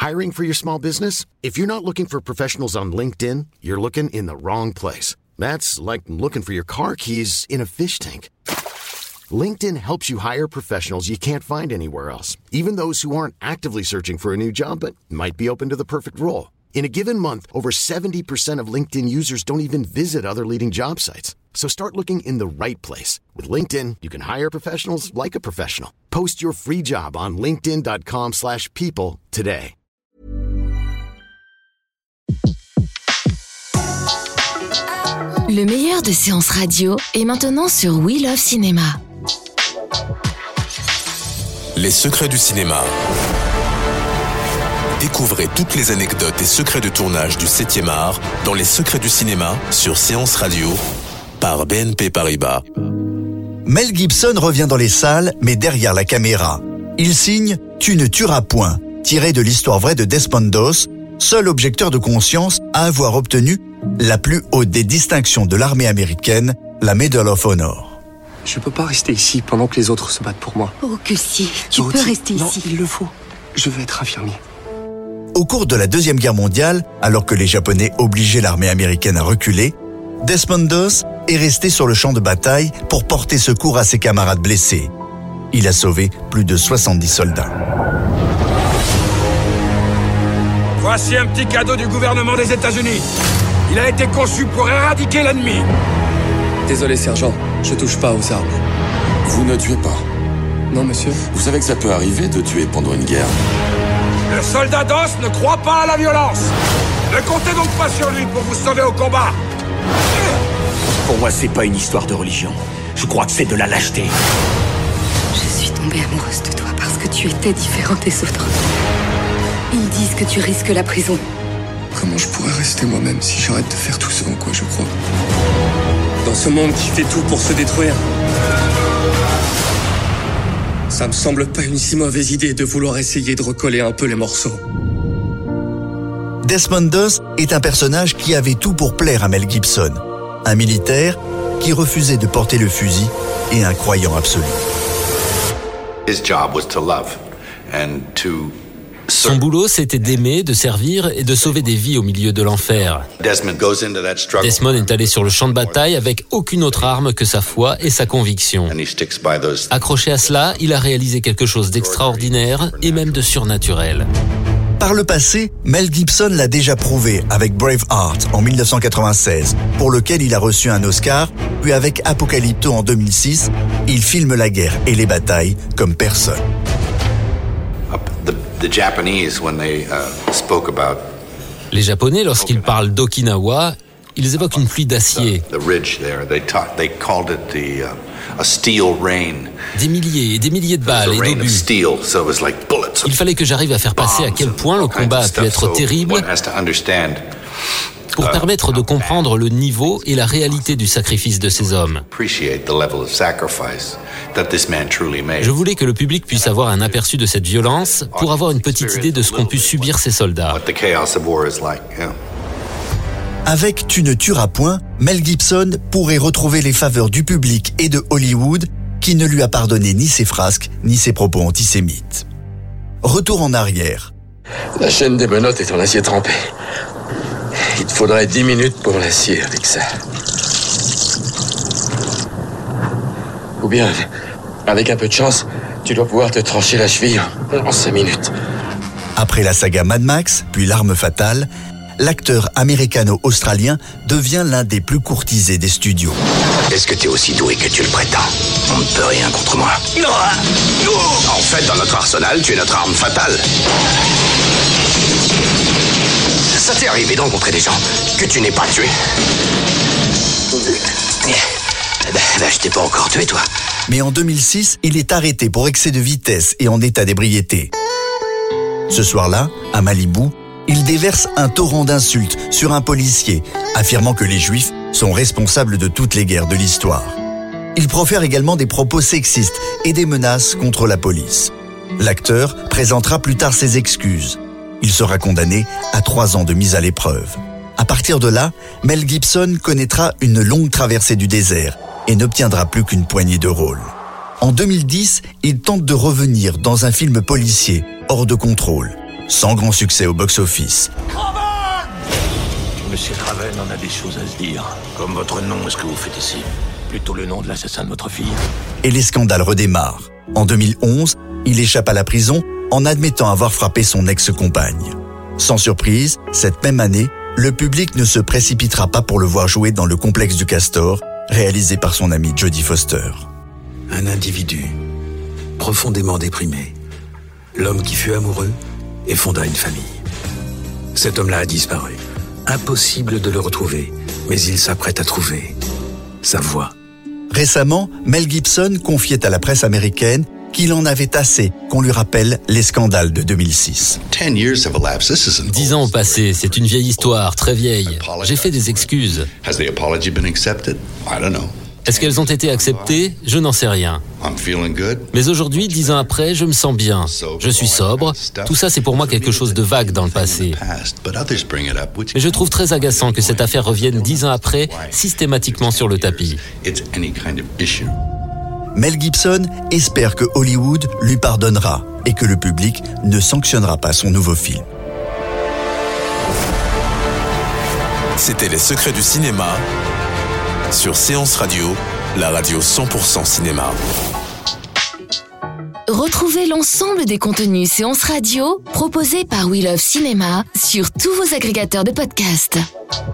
Hiring for your small business? If you're not looking for professionals on LinkedIn, you're looking in the wrong place. That's like looking for your car keys in a fish tank. LinkedIn helps you hire professionals you can't find anywhere else, even those who aren't actively searching for a new job but might be open to the perfect role. In a given month, over 70% of LinkedIn users don't even visit other leading job sites. So start looking in the right place. With LinkedIn, you can hire professionals like a professional. Post your free job on linkedin.com/people today. Le meilleur de séances radio est maintenant sur We Love Cinéma. Les secrets du cinéma. Découvrez toutes les anecdotes et secrets de tournage du 7e art dans Les secrets du cinéma sur Séance Radio par BNP Paribas. Mel Gibson revient dans les salles, mais derrière la caméra. Il signe « Tu ne tueras point », tiré de l'histoire vraie de Desmond Doss, seul objecteur de conscience à avoir obtenu la plus haute des distinctions de l'armée américaine, la Medal of Honor. Je peux pas rester ici pendant que les autres se battent pour moi. Oh que si, tu peux rester non, ici. Il le faut. Je veux être infirmier. Au cours de la Deuxième Guerre mondiale, alors que les Japonais obligeaient l'armée américaine à reculer, Desmond Doss est resté sur le champ de bataille pour porter secours à ses camarades blessés. Il a sauvé plus de 70 soldats. Voici un petit cadeau du gouvernement des États-Unis. Il a été conçu pour éradiquer l'ennemi. Désolé, sergent, je touche pas aux armes. Vous ne tuez pas. Non, monsieur. Vous savez que ça peut arriver de tuer pendant une guerre. Le soldat Doss ne croit pas à la violence. Ne comptez donc pas sur lui pour vous sauver au combat. Pour moi, c'est pas une histoire de religion. Je crois que c'est de la lâcheté. Je suis tombée amoureuse de toi parce que tu étais différent des autres. Ils disent que tu risques la prison. Comment je pourrais rester moi-même si j'arrête de faire tout ce en quoi je crois? Dans ce monde qui fait tout pour se détruire, ça me semble pas une si mauvaise idée de vouloir essayer de recoller un peu les morceaux. Desmond Doss est un personnage qui avait tout pour plaire à Mel Gibson. Un militaire qui refusait de porter le fusil et un croyant absolu. His job was to love and to Son boulot, c'était d'aimer, de servir et de sauver des vies au milieu de l'enfer. Desmond est allé sur le champ de bataille avec aucune autre arme que sa foi et sa conviction. Accroché à cela, il a réalisé quelque chose d'extraordinaire et même de surnaturel. Par le passé, Mel Gibson l'a déjà prouvé avec Braveheart en 1996, pour lequel il a reçu un Oscar, puis avec Apocalypto en 2006, il filme la guerre et les batailles comme personne. Les Japonais, lorsqu'ils parlent d'Okinawa, ils évoquent une pluie d'acier. Des milliers et des milliers de balles et d'obus. Il fallait que j'arrive à faire passer à quel point le combat a pu être terrible pour permettre de comprendre le niveau et la réalité du sacrifice de ces hommes. Je voulais que le public puisse avoir un aperçu de cette violence pour avoir une petite idée de ce qu'ont pu subir ces soldats. Avec Tu ne tueras point, Mel Gibson pourrait retrouver les faveurs du public et de Hollywood qui ne lui a pardonné ni ses frasques ni ses propos antisémites. Retour en arrière. La chaîne des menottes est en acier trempé. Il te faudrait 10 minutes pour l'acier avec ça. Ou bien, avec un peu de chance, tu dois pouvoir te trancher la cheville en 5 minutes. Après la saga Mad Max, puis L'Arme Fatale, l'acteur américano-australien devient l'un des plus courtisés des studios. Est-ce que t'es aussi doué que tu le prétends? On ne peut rien contre moi. Non. En fait, dans notre arsenal, tu es notre arme fatale. Ça t'est arrivé de rencontrer des gens que tu n'es pas tué? Je t'ai pas encore tué, toi. Mais en 2006, il est arrêté pour excès de vitesse et en état d'ébriété. Ce soir-là, à Malibu, il déverse un torrent d'insultes sur un policier, affirmant que les Juifs sont responsables de toutes les guerres de l'histoire. Il profère également des propos sexistes et des menaces contre la police. L'acteur présentera plus tard ses excuses. Il sera condamné à 3 ans de mise à l'épreuve. À partir de là, Mel Gibson connaîtra une longue traversée du désert et n'obtiendra plus qu'une poignée de rôles. En 2010, il tente de revenir dans un film policier, Hors de contrôle. sans grand succès au box-office. Monsieur Craven en a des choses à se dire. Comme votre nom, est-ce que vous faites ici? Plutôt le nom de l'assassin de votre fille. Et les scandales redémarrent. En 2011, il échappe à la prison en admettant avoir frappé son ex-compagne. Sans surprise, cette même année, le public ne se précipitera pas pour le voir jouer dans Le Complexe du Castor, réalisé par son ami Jodie Foster. Un individu, profondément déprimé, l'homme qui fut amoureux et fonda une famille. Cet homme-là a disparu. Impossible de le retrouver, mais il s'apprête à trouver sa voie. Récemment, Mel Gibson confiait à la presse américaine qu'il en avait assez qu'on lui rappelle les scandales de 2006. 10 ans ont passé, c'est une vieille histoire, très vieille. J'ai fait des excuses. Est-ce qu'elles ont été acceptées? Je n'en sais rien. Mais aujourd'hui, 10 ans après, je me sens bien. Je suis sobre. Tout ça, c'est pour moi quelque chose de vague dans le passé. Mais je trouve très agaçant que cette affaire revienne 10 ans après, systématiquement sur le tapis. Mel Gibson espère que Hollywood lui pardonnera et que le public ne sanctionnera pas son nouveau film. C'était Les Secrets du cinéma sur Séance Radio, la radio 100% cinéma. Retrouvez l'ensemble des contenus Séance Radio proposés par We Love Cinéma sur tous vos agrégateurs de podcasts.